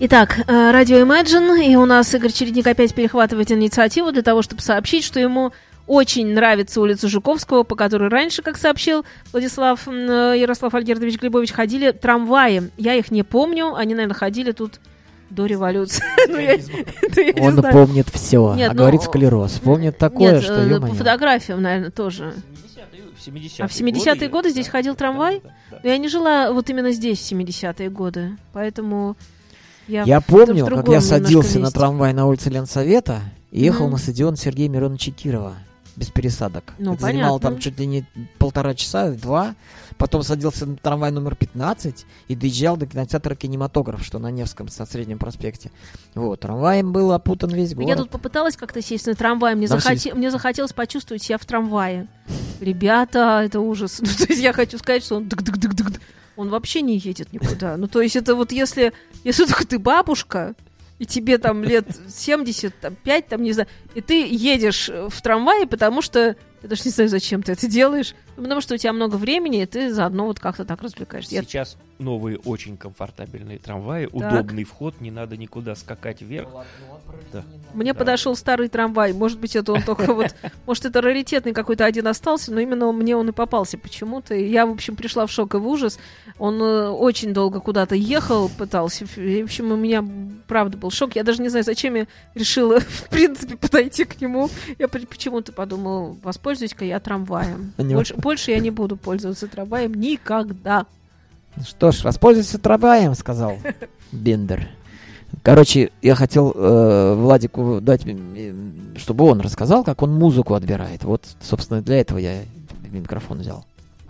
Итак, э, радио Imagine, и у нас Игорь Чередник опять перехватывает инициативу для того, чтобы сообщить, что ему очень нравится улица Жуковского, по которой раньше, как сообщил Владислав э, Ярослав Альгердович Глебович, ходили трамваи. Я их не помню, они, наверное, ходили тут до революции. Ну, я- это я не Он знаю. помнит все, Нет, а ну, говорит склероз. Помнит такое, Нет, что, э, ё-моё. по фотографиям, наверное, тоже. В семидесятые А в семидесятые я- годы здесь да, ходил да, трамвай? да, да, да. Но я не жила вот именно здесь в семидесятые годы, поэтому я, Я в- помню, в как другом я немножко садился на месте. трамвай на улице Ленсовета и ехал Мгм. на стадион Сергея Мироновича Кирова. Без пересадок. Ну, Это занимало понятно. там чуть ли не полтора часа, два. Потом садился на трамвай номер пятнадцать и доезжал до кинотеатра «Кинематограф», что на Невском, на Среднем проспекте. Вот, трамваем был опутан весь город. Я тут попыталась как-то сесть на трамвай, мне, Нам захоте- мне захотелось почувствовать себя в трамвае. Ребята, это ужас. Ну, то есть я хочу сказать, что он дык-дык-дык-дык. Он вообще не едет никуда. Ну, то есть это вот если, если только ты бабушка, и тебе там лет семьдесят, там, пять, там, не знаю, и ты едешь в трамвае, потому что, я даже не знаю, зачем ты это делаешь, ну, потому что у тебя много времени, и ты заодно вот как-то так развлекаешься. Я- Сейчас новые очень комфортабельные трамваи, удобный вход, не надо никуда скакать вверх. Да. Мне Да. подошел старый трамвай. Может быть, это он только вот... Может, это раритетный какой-то один остался, но именно мне он и попался почему-то. И я, в общем, пришла в шок и в ужас. Он э, очень долго куда-то ехал, пытался. И, в общем, у меня, правда, был шок. Я даже не знаю, зачем я решила, в принципе, подойти к нему. Я по- почему-то подумала, воспользуюсь-ка я трамваем. А не Больше, больше я не буду пользоваться трамваем никогда. Что ж, воспользуйся трамваем, сказал Бендер. Короче, я хотел э, Владику дать, э, чтобы он рассказал, как он музыку отбирает. Вот, собственно, для этого я микрофон взял.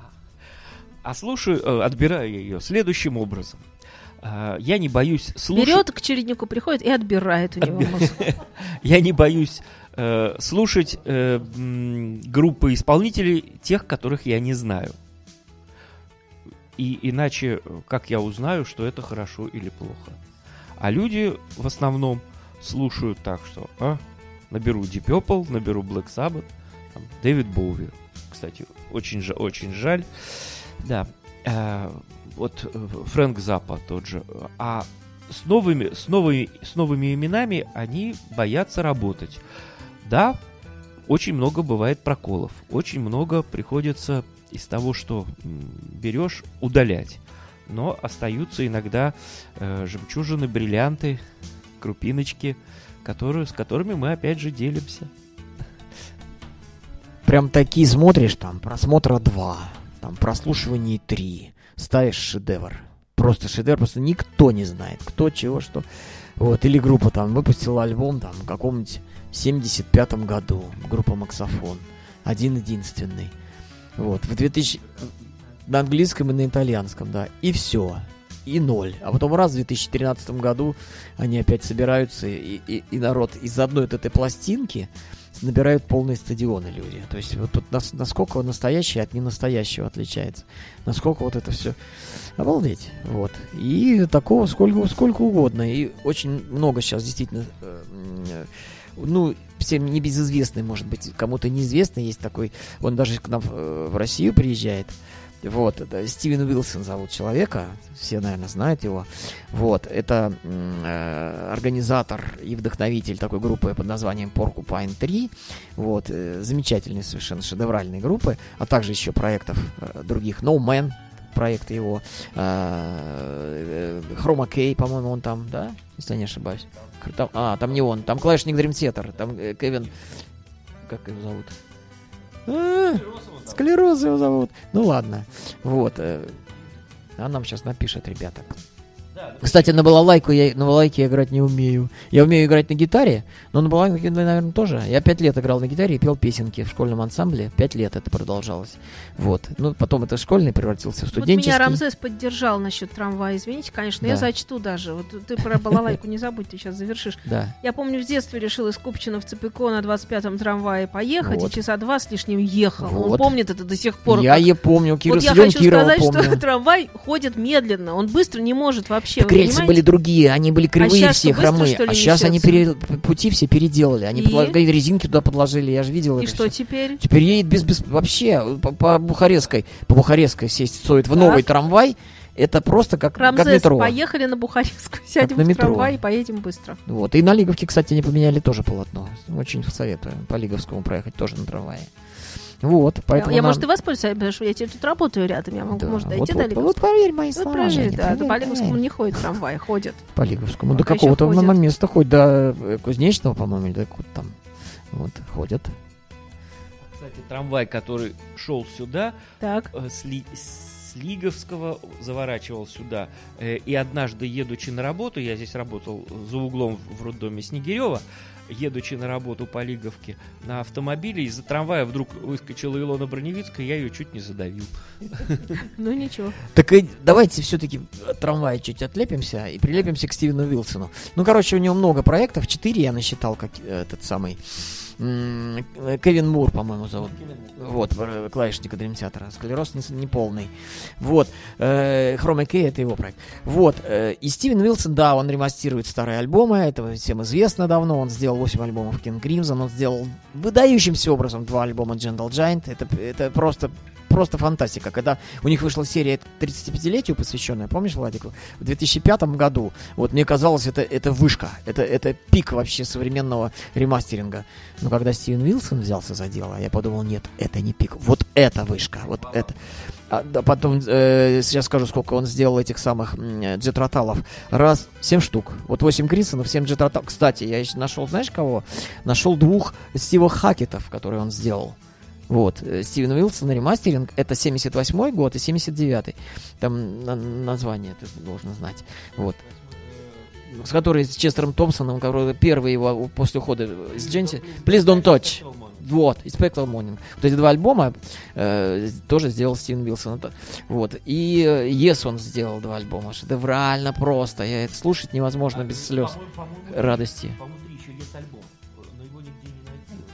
А слушаю, э, отбираю я ее следующим образом. А, Я не боюсь слушать. Берет к череднику, приходит и отбирает у него музыку. Я не боюсь э, слушать э, м, группы исполнителей, тех, которых я не знаю. И иначе, э, как я узнаю, что это хорошо или плохо? А люди в основном слушают так, что а, наберу Deep Purple, наберу Black Sabbath, там, Дэвид Боуи. Кстати, очень, жа- очень жаль. Да. э, вот э, Фрэнк Заппа тот же. А с новыми, с новыми, с новыми именами они боятся работать. Да, очень много бывает проколов. Очень много приходится из того, что м, берешь, удалять. Но остаются иногда э, жемчужины, бриллианты, крупиночки, которые, с которыми мы опять же делимся. Прям такие смотришь, там, просмотра два, там, прослушивание три, ставишь шедевр. Просто шедевр, просто никто не знает, кто, чего, что. Вот, или группа там выпустила альбом там в каком-нибудь семьдесят пятом году, группа Максофон, один-единственный. Вот, в две тысячи... На английском и на итальянском, да, и все. И ноль. А потом раз в две тысячи тринадцатом году они опять собираются, и, и, и народ из одной вот этой пластинки набирают полные стадионы люди. То есть вот тут нас, насколько настоящее от ненастоящего отличается. Насколько вот это все... Обалдеть. Вот. И такого сколько, сколько угодно. И очень много сейчас действительно... э, э, ну, всем небезызвестный, может быть, кому-то неизвестный есть такой. Он даже к нам э, в Россию приезжает. Вот, это Стивен Уилсон зовут человека, все, наверное, знают его. Вот, это э, организатор и вдохновитель такой группы под названием Porcupine три. Вот, э, замечательной совершенно шедевральной группы, а также еще проектов э, других. No Man, проект его. Э, э, Chroma Key, по-моему, он там, да? Если я не ошибаюсь. Там, а, там не он, там клавишник Dream Theater, там э, Кевин... Как его зовут? А, Склероз его зовут. Ну ладно. Вот. э, А нам сейчас напишет, ребята. Кстати, на балалайку я, на балалайке я играть не умею. Я умею играть на гитаре, но на балалайке, наверное, тоже. Я пять лет играл на гитаре и пел песенки в школьном ансамбле. Пять лет это продолжалось. Вот. Ну, потом это школьный превратился в Вот студенческий. меня Рамзес поддержал насчет трамвая. Извините, конечно, я Да. зачту даже. Вот ты про балалайку не забудь, ты сейчас завершишь. Да. Я помню, в детстве решил из Купчино в Цепико на двадцать пятом трамвае поехать, Вот. и часа два с лишним ехал. Он Вот. помнит это до сих пор. Я как- е помню, Кира, Вот я Силен хочу Кирова сказать, помню. что трамвай ходит медленно. Он быстро не может вообще. Так вы рельсы понимаете? были другие, они были кривые щас все, что, быстро, хромые. что ли, А сейчас они несётся? пере- пути все переделали. Они И? подложили, резинки туда подложили, я же видел И это что всё. теперь? Теперь едет без, без вообще по, по Бухарестской, по Бухарестской сесть стоит в Так. новый трамвай Это просто как, как Рамзес, метро. поехали на Бухаревскую, сядем на в метро. трамвай и поедем быстро. Вот. И на Лиговке, кстати, не поменяли тоже полотно. Очень советую по Лиговскому проехать тоже на трамвае. Вот, поэтому я, я нам- может, и воспользуюсь, потому что я теперь тут работаю рядом, я могу, Да, может, вот, дойти вот, до вот, Лиговского. проверь мои Вот слова, проверь, Женя, да, проверь, до по Лиговскому проверь. не ходит трамвай, ходит. По Лиговскому. До Пока какого-то еще ходят. места хоть до э, Кузнечного, по-моему, или до куда там. Вот, ходят. Кстати, трамвай, который шел сюда, Так. э, с, Ли- с Лиговского заворачивал сюда. Э, И однажды, едучи на работу, я здесь работал за углом в роддоме Снегирева, едучи на работу по Лиговке на автомобиле, из-за трамвая вдруг выскочила Илона Броневицкая, я ее чуть не задавил. Ну ничего. Так и давайте все-таки от трамвая чуть отлепимся и прилепимся к Стивену Уилсону. Ну, короче, у него много проектов. Четыре я насчитал, как э, этот самый м, Кевин Мур, по-моему, зовут. Вот, э, клавишника Дрим Театра. Склероз не, не полный. Вот. Э, Хрома Кей — это его проект. Вот. Э, и Стивен Уилсон, да, он ремастирует старые альбомы. Это всем известно давно. Он сделал восемь альбомов King Crimson. Он сделал выдающимся образом два альбома Gentle Giant. Это, это просто... Просто фантастика. Когда у них вышла серия тридцатипятилетию посвященная, помнишь, Владик, в две тысячи пятом году, вот мне казалось, это, это вышка, это, это пик вообще современного ремастеринга. Но когда Стивен Уилсон взялся за дело, я подумал, нет, это не пик, вот это вышка, вот это. А, да, потом, э, сейчас скажу, сколько он сделал этих самых м, джетроталов. Раз, семь штук. Вот восемь Крисонов, семь джетроталов. Кстати, я еще нашел, знаешь кого? Нашел двух Стива Хакетов, которые он сделал. Вот, Стивен Уилсон ремастеринг, это семьдесят восьмой год и семьдесят девятый. Там на- название ты должен знать. Вот. С которой с Честером Томпсоном, который первый его после ухода с Дженси. Please Don't Touch. Вот, и Spectral Morning. Вот эти два альбома э, тоже сделал Стивен Уилсон. Это- Вот. И э, Yes он сделал два альбома. Шедеврально просто. Я это слушать невозможно без слез радости. Внутри еще есть альбом, но его нигде не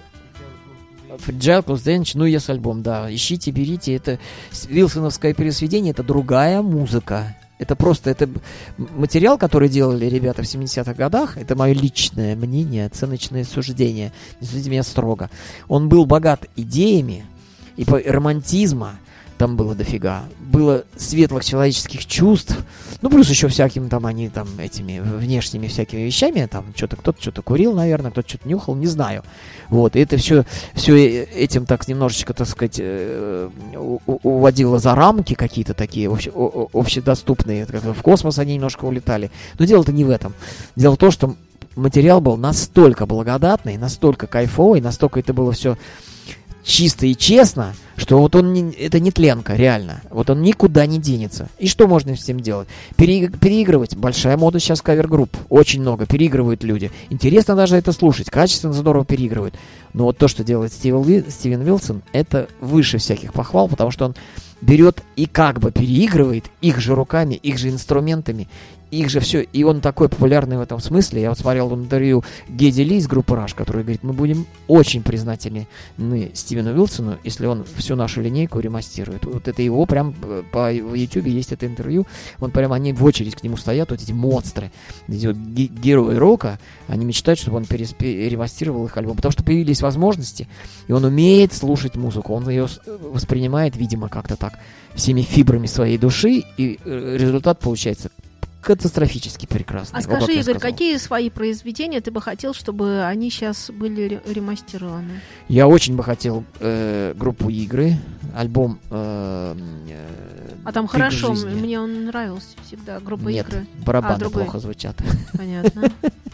найти. Fragile Close Dance, ну, Yes альбом, да. Ищите, берите. Это с- Вилсоновское пересведение, это другая музыка. Это просто, это б- материал, который делали ребята в семидесятых годах, это мое личное мнение, оценочное суждение. Не судите меня строго. Он был богат идеями, и по- романтизма там было дофига. Было светлых человеческих чувств. Ну, плюс еще всякими там они там этими внешними всякими вещами. Там что-то кто-то что-то курил, наверное, кто-то что-то нюхал, не знаю. Вот. И это все, все этим так немножечко, так сказать, э, у- у- уводило за рамки какие-то такие обще- о- о- общедоступные. Как бы в космос они немножко улетали. Но дело-то не в этом. Дело в том, что материал был настолько благодатный, настолько кайфовый, настолько это было все чисто и честно, что вот он не, это не тленка, реально. Вот он никуда не денется. И что можно с этим делать? Пере- переигрывать. Большая мода сейчас кавер-групп. Очень много. Переигрывают люди. Интересно даже это слушать. Качественно, здорово переигрывают. Но вот то, что делает Стивен, Уи- Стивен Уилсон, это выше всяких похвал, потому что он берет и как бы переигрывает их же руками, их же инструментами, их же все. И он такой популярный в этом смысле. Я вот смотрел интервью Геди Ли из группы Rush, который говорит, мы будем очень признательны Стивену Уилсону, если он всю нашу линейку ремастирует. Вот это его прям э, по в Ютубе есть это интервью. Он прям, они в очередь к нему стоят, вот эти монстры, эти вот ге- герои рока. Они мечтают, чтобы он перес- ремастировал их альбом. Потому что появились возможности, и он умеет слушать музыку. Он ее с- воспринимает, видимо, как-то так, всеми фибрами своей души, и э, результат получается катастрофически прекрасный. А Вот как скажи, я Игорь, сказал. какие свои произведения ты бы хотел, чтобы они сейчас были ре- ремастированы? Я очень бы хотел э, группу игры, альбом. э, э, А там «Пик хорошо, жизни». мне он нравился всегда, группа Нет, игры. барабаны А, другой. плохо звучат. Понятно.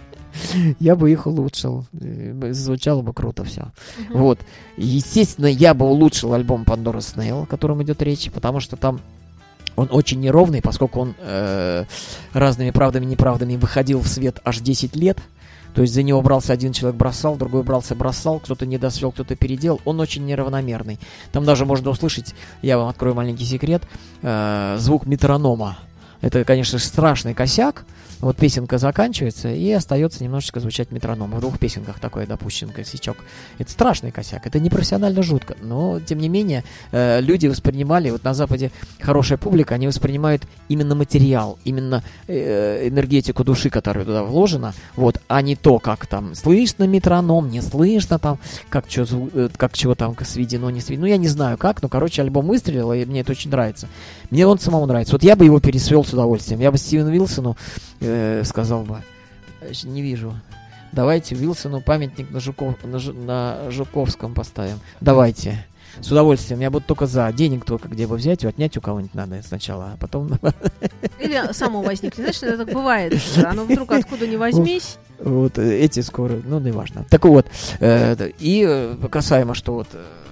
Я бы их улучшил. э, Звучало бы круто все. Мгм. Вот. Естественно, я бы улучшил альбом Pandora Snail, о котором идет речь, потому что там он очень неровный, поскольку он э, разными правдами и неправдами выходил в свет аж десять лет. То есть за него брался один человек, бросал, другой брался, бросал, кто-то не досвел, кто-то переделал. Он очень неравномерный. Там даже можно услышать, я вам открою маленький секрет, э, звук метронома. Это, конечно, страшный косяк, вот песенка заканчивается, и остается немножечко звучать метроном. В двух песенках такой допущен косячок. Это страшный косяк, это непрофессионально жутко, но, тем не менее, э, люди воспринимали, вот на Западе хорошая публика, они воспринимают именно материал, именно э, энергетику души, которая туда вложена, вот, а не то, как там слышно метроном, не слышно там, как, чё, э, как чего там сведено, не сведено, ну, я не знаю как, но, короче, альбом выстрелил, и мне это очень нравится. Мне он самому нравится. Вот я бы его пересвел с удовольствием. Я бы Стивену Уилсону э, сказал бы, не вижу, давайте Уилсону памятник на, Жуков, на, Жу, на Жуковском поставим. Давайте. С удовольствием. Я буду только за. Денег только где бы взять, отнять у кого-нибудь надо сначала, а потом... Или само возникнет. Знаешь, это так бывает. Оно вдруг откуда не возьмись. Вот эти скоро, ну, не важно. Так вот, э, и касаемо, что вот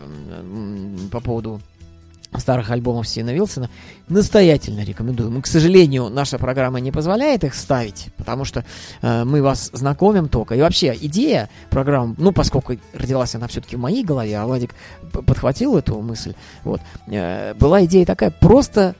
э, по поводу старых альбомов Стивена Уилсона, настоятельно рекомендую. Мы, к сожалению, наша программа не позволяет их ставить, потому что э, мы вас знакомим только. И вообще, идея программы, ну, поскольку родилась она все-таки в моей голове, а Владик подхватил эту мысль, вот, э, была идея такая, просто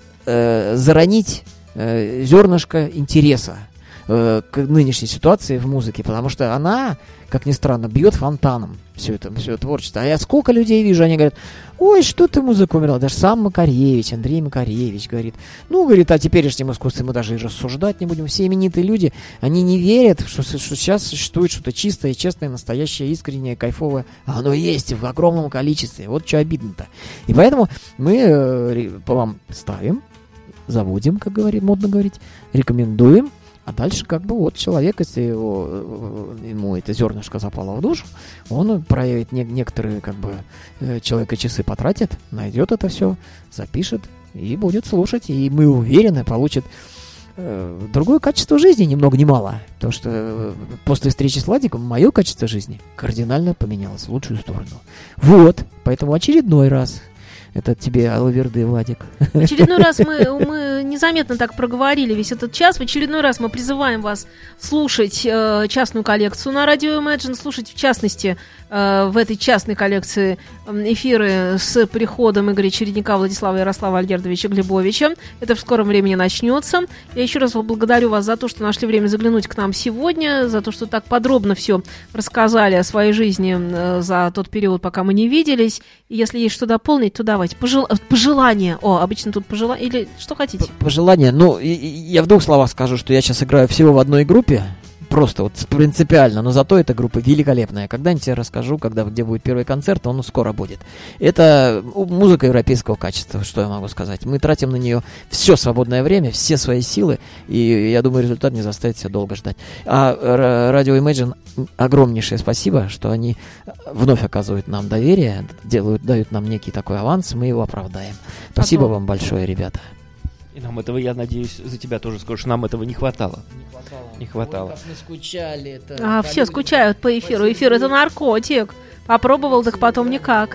э, заронить э, зернышко интереса э, к нынешней ситуации в музыке, потому что она, как ни странно, бьет фонтаном все это, все это творчество. А я сколько людей вижу, они говорят, ой, что ты музыку умерла? Даже сам Макаревич, Андрей Макаревич говорит, ну, говорит, о теперешнем искусстве мы даже и рассуждать не будем. Все именитые люди, они не верят, что, что сейчас существует что-то чистое, честное, настоящее, искреннее, кайфовое. А оно есть в огромном количестве. Вот что обидно-то. И поэтому мы э, по вам ставим, заводим, как говорит, модно говорить, рекомендуем. А дальше как бы вот человек, если его, ему это зернышко запало в душу, он проявит не, некоторые как бы человека часы потратит, найдет это все, запишет и будет слушать. И мы уверены, получит э, другое качество жизни ни много ни мало. Потому что э, после встречи с Владиком мое качество жизни кардинально поменялось в лучшую сторону. Вот, поэтому очередной раз... Это тебе алаверды, Владик. В очередной раз мы, мы незаметно так проговорили весь этот час. В очередной раз мы призываем вас слушать э, частную коллекцию на радио Imagine, слушать в частности э, в этой частной коллекции эфиры с приходом Игоря Чередника, Владислава Ярослава Альгердовича Глебовича. Это в скором времени начнется. Я еще раз благодарю вас за то, что нашли время заглянуть к нам сегодня, за то, что так подробно все рассказали о своей жизни э, за тот период, пока мы не виделись. И если есть что дополнить, то давайте. Пожел... Пожелания. О, обычно тут пожелания. Или что хотите? Пожелания. Ну, и, и я в двух словах скажу, что я сейчас играю всего в одной группе. Просто вот принципиально, но зато эта группа великолепная. Когда-нибудь я расскажу, когда, где будет первый концерт, он скоро будет. Это музыка европейского качества, что я могу сказать. Мы тратим на нее все свободное время, все свои силы, и я думаю, результат не заставит себя долго ждать. А радио Imagine огромнейшее спасибо, что они вновь оказывают нам доверие, делают, дают нам некий такой аванс, мы его оправдаем. Спасибо Потом. вам большое, ребята. И нам этого, я надеюсь, за тебя тоже скажу, что нам этого не хватало. Не хватало. Не хватало. Ой, как мы скучали. Это А, все скучают по эфиру. Эфир — это наркотик. Попробовал, так потом никак.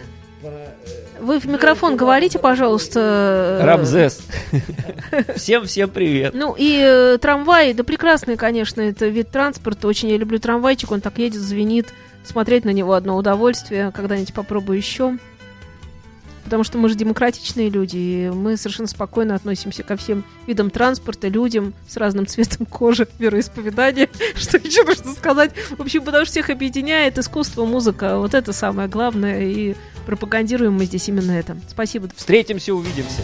Вы в микрофон говорите, пожалуйста. Рамзес. Всем-всем привет. Ну и э, трамвай, да прекрасный, конечно, это вид транспорта. Очень я люблю трамвайчик, он так едет, звенит. Смотреть на него одно удовольствие. Когда-нибудь попробую еще. Потому что мы же демократичные люди, и мы совершенно спокойно относимся ко всем видам транспорта, людям с разным цветом кожи, вероисповедания. Что еще нужно сказать? В общем, потому что всех объединяет искусство, музыка. Вот это самое главное, и пропагандируем мы здесь именно это. Спасибо. Встретимся, увидимся.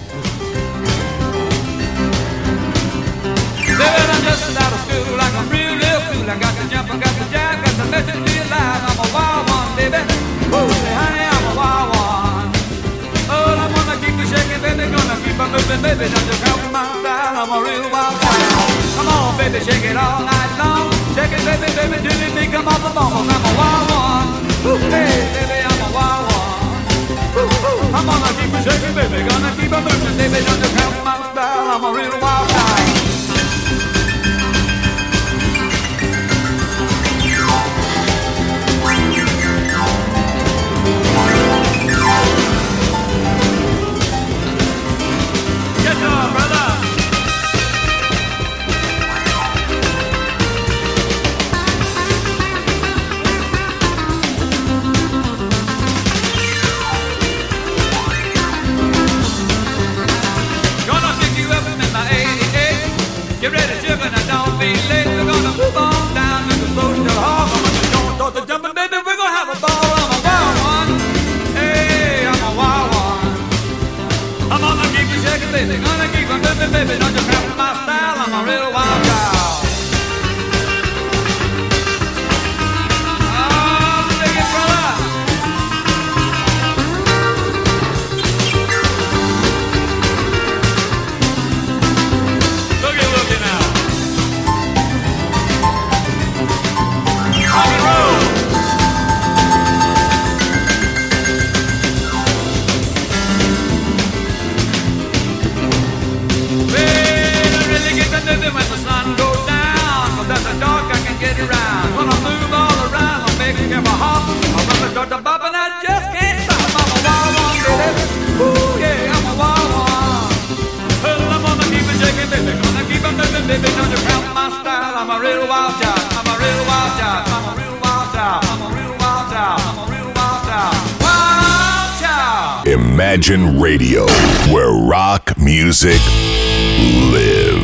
Baby, don't you come on down, I'm a real wild guy. Come on, baby, shake it all night long. Shake it, baby, baby, till you think I'm off the bone. I'm a wild one. Ooh, hey, baby, I'm a wild one. Ooh, ooh, I'm gonna keep it shaking, baby, gonna keep it moving. Baby, don't you come on down, I'm a real wild guy. baby, gonna keep on moving, baby. Don't you cramp my style, I'm a real wild child. Oh, dig it, brother. Looky, looky now. Rock and roll. When the sun goes down, but that's the dark I can get around. When I move all around, I'm making him a hop. I run the start to bop and I just can't stop. I'm a wild one, baby. Ooh, yeah, I'm a wild one. Well, I'm gonna keep it shaking, baby. Gonna keep it moving, baby. Don't you count my style. I'm a real wild child. I'm a real wild child. I'm a real wild child. I'm a real wild child. I'm a real wild child. Wild child. Imagine Radio, where rock music lives.